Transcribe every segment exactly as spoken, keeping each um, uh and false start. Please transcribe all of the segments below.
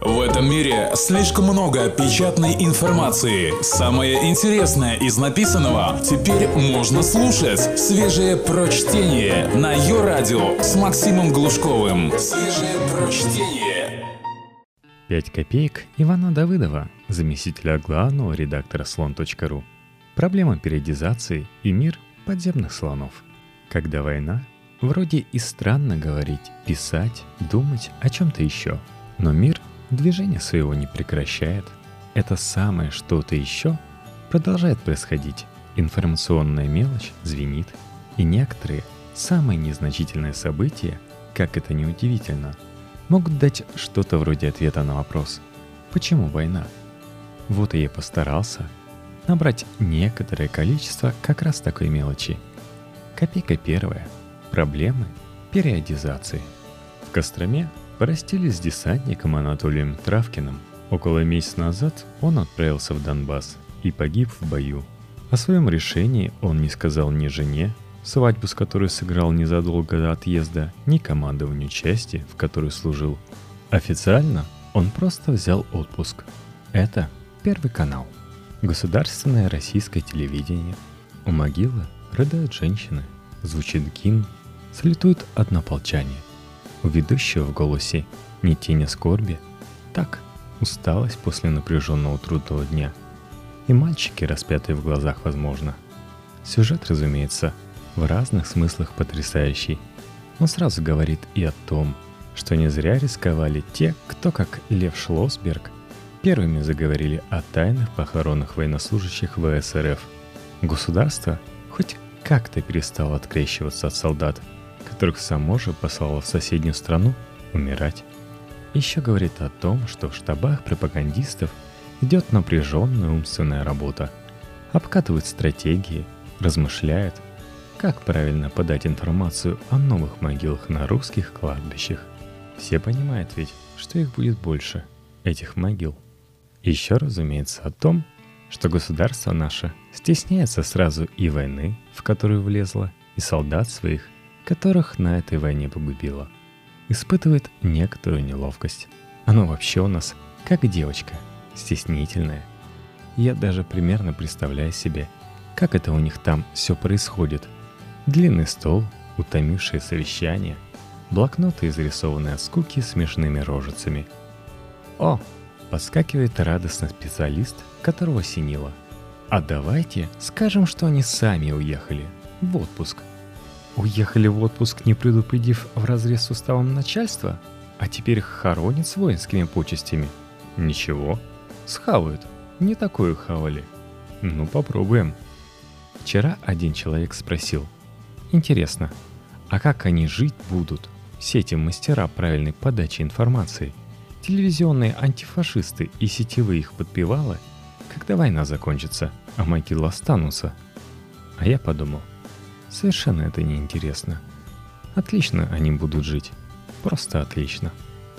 В этом мире слишком много печатной информации. Самое интересное из написанного теперь можно слушать. Свежее прочтение на Ё-радио с Максимом Глушковым. Свежее прочтение. пять копеек Ивана Давыдова, заместителя главного редактора слон точка ру. Проблема периодизации и мир подземных слонов. Когда война, вроде и странно говорить, писать, думать о чем-то еще. Но мир движение своего не прекращает. Это самое что-то еще продолжает происходить. Информационная мелочь звенит. И некоторые, самые незначительные события, как это ни удивительно, могут дать что-то вроде ответа на вопрос «Почему война?». Вот и я постарался набрать некоторое количество как раз такой мелочи. Копейка первая. Проблемы периодизации. В Костроме простились с десантником Анатолием Травкиным. Около месяца назад он отправился в Донбасс и погиб в бою. О своем решении он не сказал ни жене, свадьбу с которой сыграл незадолго до отъезда, ни командованию части, в которой служил. Официально он просто взял отпуск. Это Первый канал. Государственное российское телевидение. У могилы рыдают женщины, звучит гимн, салютует однополчане. У ведущего в голосе ни тени скорби, так, усталость после напряженного трудного дня. И мальчики, распятые в глазах, возможно. Сюжет, разумеется, в разных смыслах потрясающий, но сразу говорит и о том, что не зря рисковали те, кто, как Лев Шлосберг, первыми заговорили о тайных похоронах военнослужащих вэ эс эр эф. Государство хоть как-то перестало открещиваться от солдат, которых само же послало в соседнюю страну умирать. Еще говорит о том, что в штабах пропагандистов идет напряженная умственная работа. Обкатывают стратегии, размышляют, как правильно подать информацию о новых могилах на русских кладбищах. Все понимают ведь, что их будет больше, этих могил. Еще, разумеется, о том, что государство наше стесняется сразу и войны, в которую влезло, и солдат своих, которых на этой войне погубило. Испытывает некоторую неловкость. Оно вообще у нас как девочка, стеснительная. Я даже примерно представляю себе, как это у них там все происходит. Длинный стол, утомившие совещания, блокноты, изрисованные от скуки смешными рожицами. О, подскакивает радостно специалист, которого осенило. А давайте скажем, что они сами уехали в отпуск. Уехали в отпуск, не предупредив вразрез с уставом начальства, а теперь хоронят с воинскими почестями. Ничего, схавают. Не такое хавали. Ну, попробуем. Вчера один человек спросил: интересно, а как они жить будут, все эти мастера правильной подачи информации, телевизионные антифашисты и сетевые их подпевалы, когда война закончится, а могилы останутся? А я подумал, совершенно это не интересно. Отлично они будут жить. Просто отлично.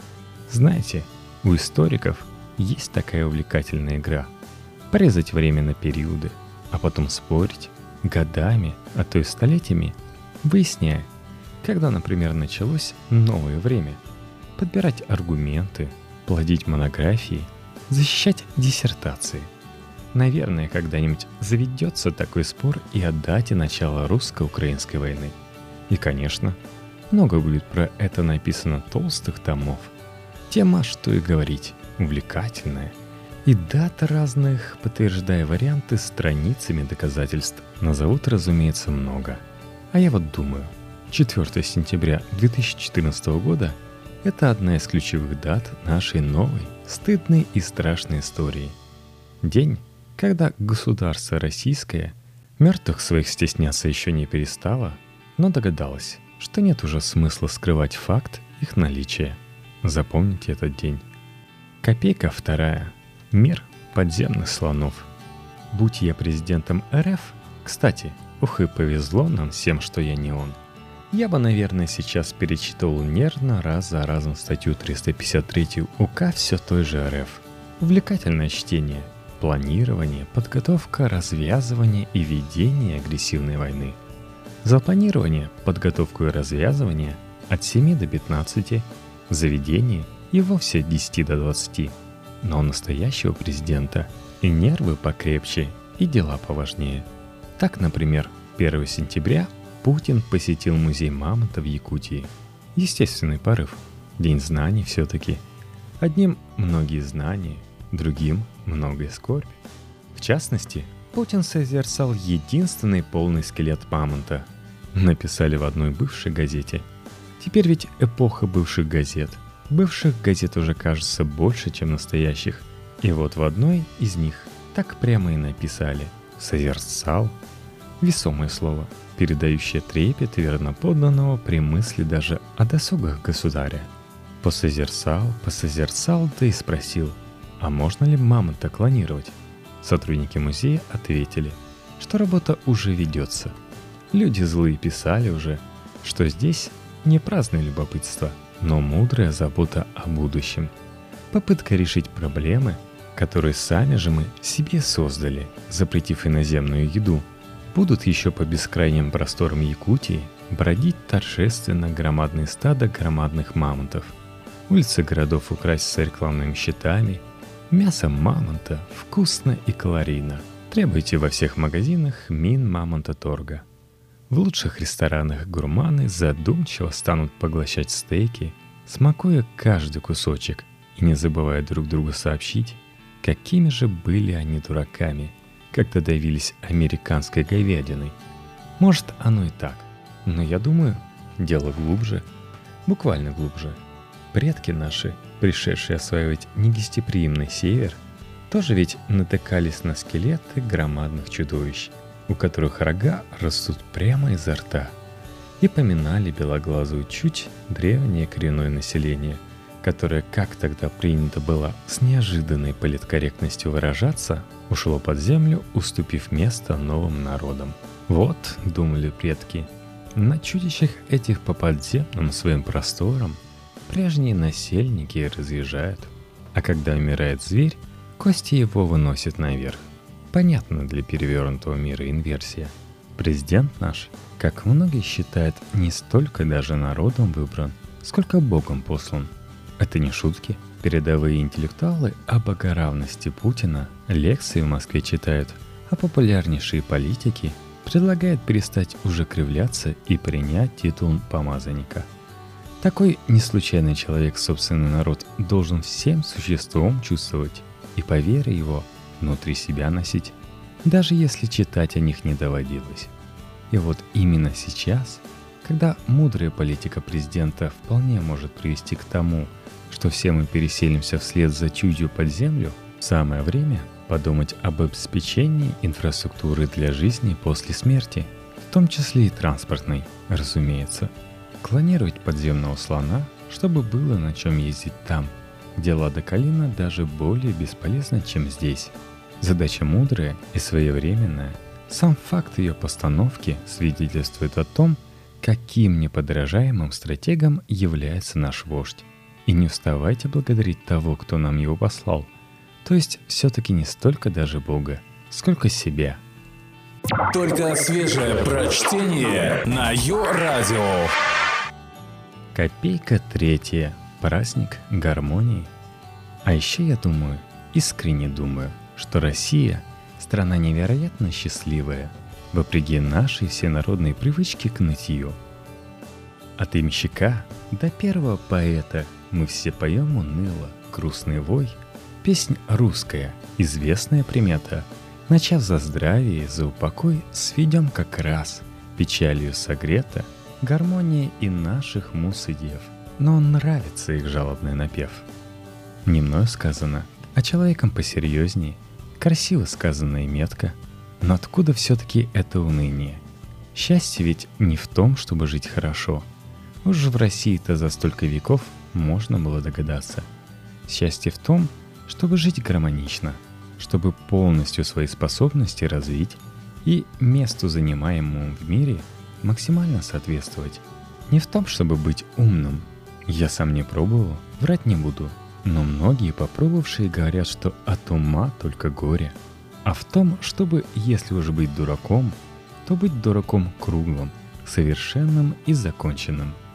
Знаете, у историков есть такая увлекательная игра. Порезать время на периоды, а потом спорить годами, а то и столетиями, выясняя, когда, например, началось новое время. Подбирать аргументы, плодить монографии, защищать диссертации. Наверное, когда-нибудь заведется такой спор и о дате начала русско-украинской войны. И, конечно, много будет про это написано толстых томов. Тема, что и говорить, увлекательная. И даты разных, подтверждая варианты страницами доказательств, назовут, разумеется, много. А я вот думаю, четвёртого сентября две тысячи четырнадцатого года – это одна из ключевых дат нашей новой, стыдной и страшной истории. День, когда государство российское мертвых своих стесняться еще не перестало, но догадалось, что нет уже смысла скрывать факт их наличия. Запомните этот день. Копейка вторая. Мир подземных слонов. Будь я президентом эр эф, кстати, ух и повезло нам всем, что я не он, я бы, наверное, сейчас перечитывал нервно раз за разом статью триста пятьдесят три УК все той же эр эф. Увлекательное чтение, планирование, подготовка, развязывание и ведение агрессивной войны. За планирование, подготовку и развязывание от семи до пятнадцати, за ведение и вовсе от десяти до двадцати. Но у настоящего президента и нервы покрепче, и дела поважнее. Так, например, первого сентября Путин посетил музей мамонта в Якутии. Естественный порыв. День знаний все-таки. Одним многие знания, другим многое скорбь. В частности, Путин созерцал единственный полный скелет мамонта. Написали в одной бывшей газете. Теперь ведь эпоха бывших газет. Бывших газет уже кажется больше, чем настоящих. И вот в одной из них так прямо и написали «созерцал». Весомое слово, передающее трепет верноподданного при мысли даже о досугах государя. Посозерцал, посозерцал, да и спросил, а можно ли мамонта клонировать? Сотрудники музея ответили, что работа уже ведется. Люди злые писали уже, что здесь не праздное любопытство, но мудрая забота о будущем. Попытка решить проблемы, которые сами же мы себе создали, запретив иноземную еду. Будут еще по бескрайним просторам Якутии бродить торжественно громадные стада громадных мамонтов. Улицы городов украсятся рекламными щитами. Мясо мамонта вкусно и калорийно. Требуйте во всех магазинах Мин Мамонта Торга. В лучших ресторанах гурманы задумчиво станут поглощать стейки, смакуя каждый кусочек и не забывая друг другу сообщить, какими же были они дураками, когда давились американской говядиной. Может, оно и так, но я думаю, дело глубже, буквально глубже. Предки наши, пришедшие осваивать негостеприимный север, тоже ведь натыкались на скелеты громадных чудовищ, у которых рога растут прямо изо рта, и поминали белоглазую чуть древнее коренное население, которое, как тогда принято было с неожиданной политкорректностью выражаться, ушло под землю, уступив место новым народам. Вот, думали предки, на чудищах этих по подземным своим просторам прежние насельники разъезжают, а когда умирает зверь, кости его выносят наверх. Понятно для перевернутого мира инверсия. Президент наш, как многие считают, не столько даже народом выбран, сколько Богом послан. Это не шутки. Передовые интеллектуалы о богоравности Путина лекции в Москве читают, а популярнейшие политики предлагают перестать уже кривляться и принять титул помазанника. Такой неслучайный человек собственный народ должен всем существом чувствовать и по вере его внутри себя носить, даже если читать о них не доводилось. И вот именно сейчас, когда мудрая политика президента вполне может привести к тому, что все мы переселимся вслед за чудью под землю, самое время подумать об обеспечении инфраструктуры для жизни после смерти, в том числе и транспортной, разумеется. Клонировать подземного слона, чтобы было на чем ездить там, где Лада Калина даже более бесполезна, чем здесь. Задача мудрая и своевременная. Сам факт ее постановки свидетельствует о том, каким неподражаемым стратегом является наш вождь. И не уставайте благодарить того, кто нам его послал. То есть все-таки не столько даже Бога, сколько себя. Только свежее прочтение на Йо-Радио. Копейка третья. Праздник гармонии. А еще я думаю, искренне думаю, что Россия – страна невероятно счастливая, вопреки нашей всенародной привычке к нытью. От имщика до первого поэта мы все поем уныло, грустный вой, песнь русская, известная примета. Начав за здравие, за упокой, сведем как раз, печалью согрета, гармония и наших мус и дев. Но он нравится их жалобный напев. Не мною сказано, а человеком посерьезнее, красиво сказано и метко. Но откуда все-таки это уныние? Счастье ведь не в том, чтобы жить хорошо. Уж в России-то за столько веков можно было догадаться. Счастье в том, чтобы жить гармонично, чтобы полностью свои способности развить и месту, занимаемому в мире, максимально соответствовать. Не в том, чтобы быть умным. Я сам не пробовал, врать не буду, но многие попробовавшие говорят, что от ума только горе. А в том, чтобы, если уже быть дураком, то быть дураком круглым, совершенным и законченным.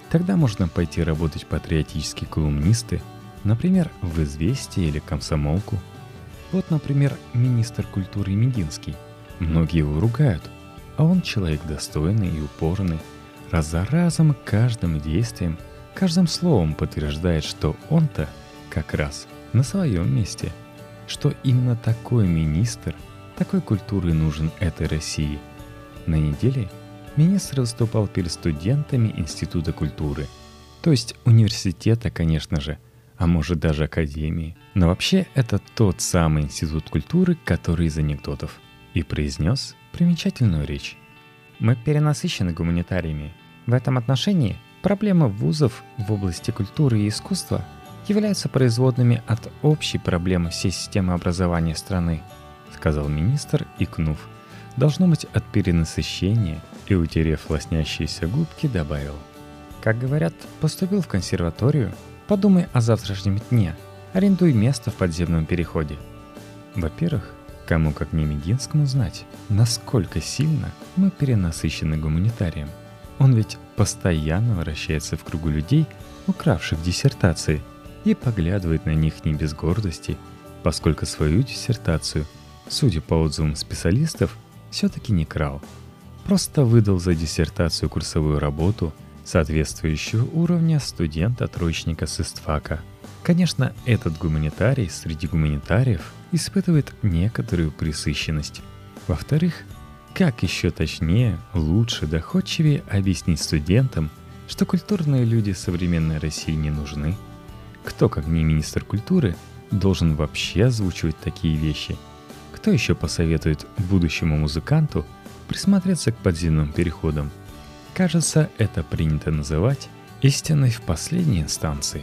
Тогда можно пойти работать патриотические колумнисты, например, в «Известия» или «Комсомолку». Вот, например, министр культуры Мединский. Многие его ругают, а он человек достойный и упорный. Раз за разом, каждым действием, каждым словом подтверждает, что он-то как раз на своем месте. Что именно такой министр, такой культуры нужен этой России. На неделе министр выступал перед студентами Института культуры, то есть университета, конечно же, а может даже академии. Но вообще это тот самый Институт культуры, который из анекдотов. И произнес примечательную речь. Мы перенасыщены гуманитариями. В этом отношении проблемы вузов в области культуры и искусства являются производными от общей проблемы всей системы образования страны, сказал министр, икнув. Должно быть от перенасыщения, и, утерев лоснящиеся губки, добавил. Как говорят, поступил в консерваторию, подумай о завтрашнем дне, арендуй место в подземном переходе. Во-первых, кому как не Мединскому знать, насколько сильно мы перенасыщены гуманитарием. Он ведь постоянно вращается в кругу людей, укравших диссертации, и поглядывает на них не без гордости, поскольку свою диссертацию, судя по отзывам специалистов, все-таки не крал. Просто выдал за диссертацию курсовую работу, соответствующую уровню студента-троечника с истфака. Конечно, этот гуманитарий среди гуманитариев испытывает некоторую пресыщенность. Во-вторых, как еще точнее, лучше, доходчивее объяснить студентам, что культурные люди современной России не нужны? Кто, как не министр культуры, должен вообще озвучивать такие вещи? Кто еще посоветует будущему музыканту присмотреться к подземным переходам? Кажется, это принято называть истиной в последней инстанции.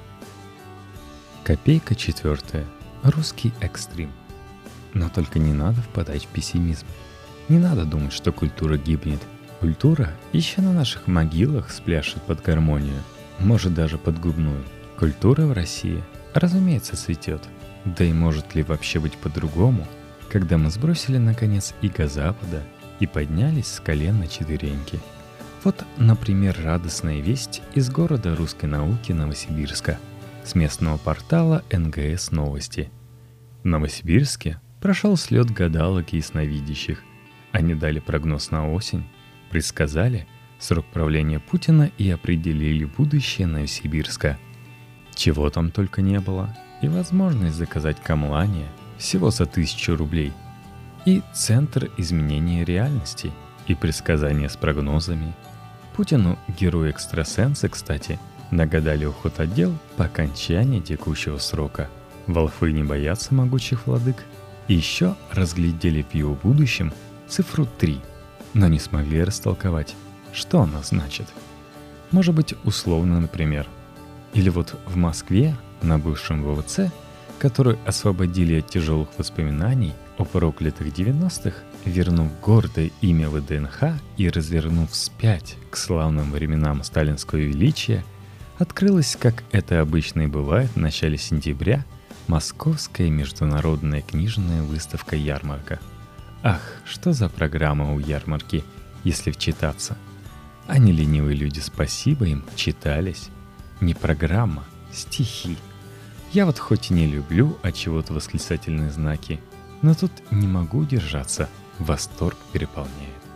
Копейка четвертая. Русский экстрим. Но только не надо впадать в пессимизм. Не надо думать, что культура гибнет. Культура еще на наших могилах спляшет под гармонию, может даже под губную. Культура в России, разумеется, цветет. Да и может ли вообще быть по-другому, когда мы сбросили, наконец, иго Запада и поднялись с колен на четвереньки? Вот, например, радостная весть из города русской науки Новосибирска, с местного портала эн гэ эс Новости. В Новосибирске прошел слет гадалок и ясновидящих. Они дали прогноз на осень, предсказали срок правления Путина и определили будущее Новосибирска. Чего там только не было. И возможность заказать камлания всего за тысячу рублей. И центр изменения реальности, и предсказания с прогнозами. Путину, герою-экстрасенсы, кстати, нагадали уход от дел по окончании текущего срока. Волхвы не боятся могучих владык. И еще разглядели в его будущем цифру три, но не смогли растолковать, что она значит. Может быть, условно, например. Или вот в Москве, на бывшем вэ вэ цэ, который освободили от тяжелых воспоминаний о проклятых девяностых, вернув гордое имя вэ дэ эн ха и развернув вспять к славным временам сталинского величия, открылась, как это обычно и бывает в начале сентября, Московская международная книжная выставка-ярмарка. Ах, что за программа у ярмарки, если вчитаться. А не ленивые люди, спасибо им, читались. Не программа, стихи. Я вот хоть и не люблю от чего-то восклицательные знаки, но тут не могу удержаться, восторг переполняет.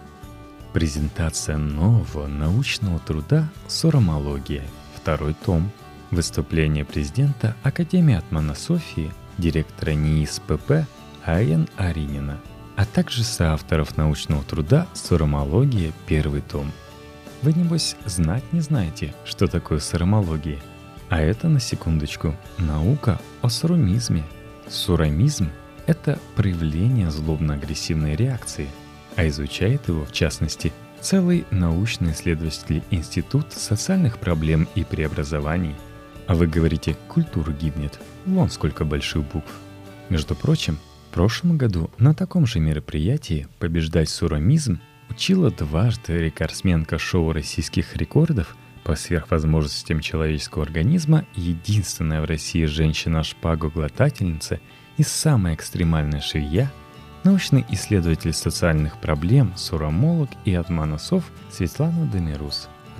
Презентация нового научного труда «Суромология», второй том. Выступление президента Академии Атмана Софии, директора НИИС пэ пэ а эн Аринина, а также соавторов научного труда «Суромология», первый том. Вы, небось, знать не знаете, что такое суромология. А это, на секундочку, наука о суромизме. Суромизм — это проявление злобно-агрессивной реакции, а изучает его, в частности, целый научно-исследовательский институт социальных проблем и преобразований. А вы говорите, культура гибнет. Вон сколько больших букв. Между прочим, в прошлом году на таком же мероприятии «Побеждать суромизм» учила дважды рекордсменка шоу российских рекордов по сверхвозможностям человеческого организма, единственная в России женщина-шпагоглотательница и самая экстремальная швея, научный исследователь социальных проблем, суромолог и атманосов Светлана Демирус, а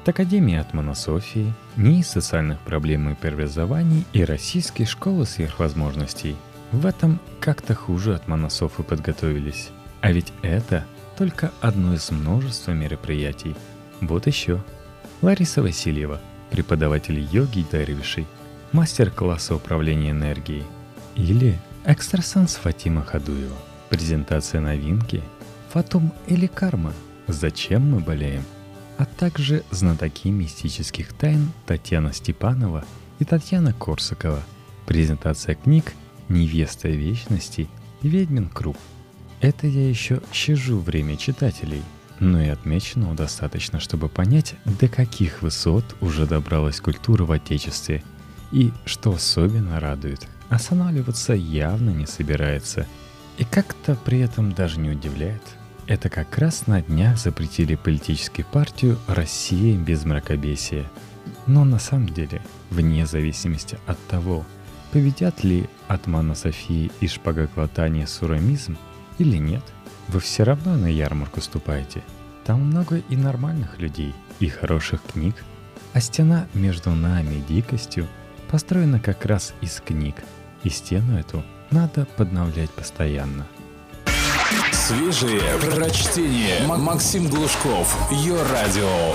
от Академии Атманософии, НИИ социальных проблем и преобразований и Российской школы сверхвозможностей. В этом как-то хуже атманософы подготовились. А ведь это только одно из множества мероприятий. Вот еще. Лариса Васильева, преподаватель йоги и дервишей, мастер-класса управления энергией. Или экстрасенс Фатима Хадуева, презентация новинки «Фатум или карма? Зачем мы болеем?», а также знатоки мистических тайн Татьяна Степанова и Татьяна Корсакова, презентация книг «Невеста вечности» и «Ведьмин круг». Это я еще щажу время читателей, но и отмеченного достаточно, чтобы понять, до каких высот уже добралась культура в Отечестве. И, что особенно радует, останавливаться явно не собирается. И как-то при этом даже не удивляет. Это как раз на днях запретили политическую партию «Россия без мракобесия». Но на самом деле, вне зависимости от того, победят ли атманософия и шпагоглотание сурамизм или нет, вы все равно на ярмарку ступаете. Там много и нормальных людей, и хороших книг. А стена между нами и дикостью построена как раз из книг. И стену эту надо подновлять постоянно. Свежие прочтение. Максим Глушков. Йо-радио.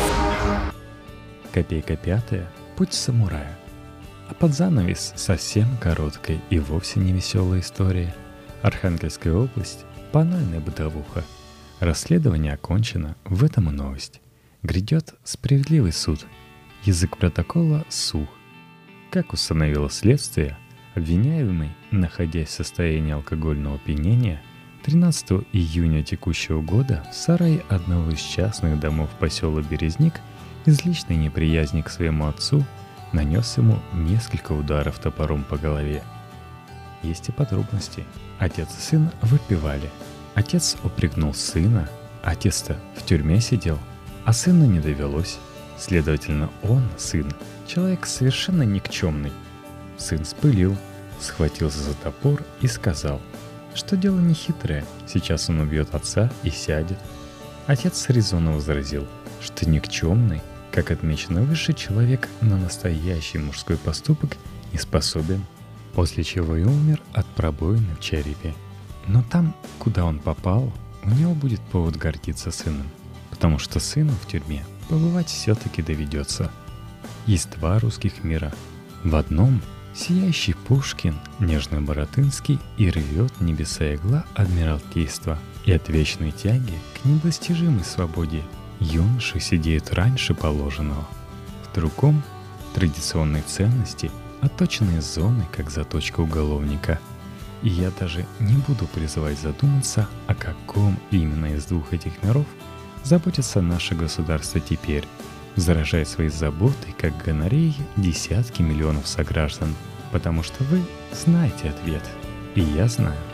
Копейка пятая. Путь самурая. А под занавес совсем короткая и вовсе не веселая история. Архангельская область. Банальная бытовуха. Расследование окончено, в этом и новость. Грядет справедливый суд. Язык протокола сух. Как установило следствие, обвиняемый, находясь в состоянии алкогольного опьянения, тринадцатого июня текущего года в сарае одного из частных домов поселка Березник из личной неприязни к своему отцу нанес ему несколько ударов топором по голове. Есть и подробности. Отец и сын выпивали. Отец упрекнул сына, отец-то в тюрьме сидел, а сыну не довелось. Следовательно, он, сын, человек совершенно никчемный. Сын спылил, схватился за топор и сказал, что дело нехитрое, сейчас он убьет отца и сядет. Отец резонно возразил, что никчемный, как отмечено выше, человек на настоящий мужской поступок не способен, после чего и умер от пробоины в черепе. Но там, куда он попал, у него будет повод гордиться сыном, потому что сыну в тюрьме побывать все-таки доведется. Есть два русских мира. В одном сияющий Пушкин, нежный Баратынский и рвет небеса игла адмиралтейства, и от вечной тяги к недостижимой свободе юноши сидеют раньше положенного. В другом — традиционные ценности, отточенные зоны, как заточка уголовника. И я даже не буду призывать задуматься, о каком именно из двух этих миров заботится наше государство теперь, заражая своей заботой, как гонореей, десятки миллионов сограждан, потому что вы знаете ответ, и я знаю.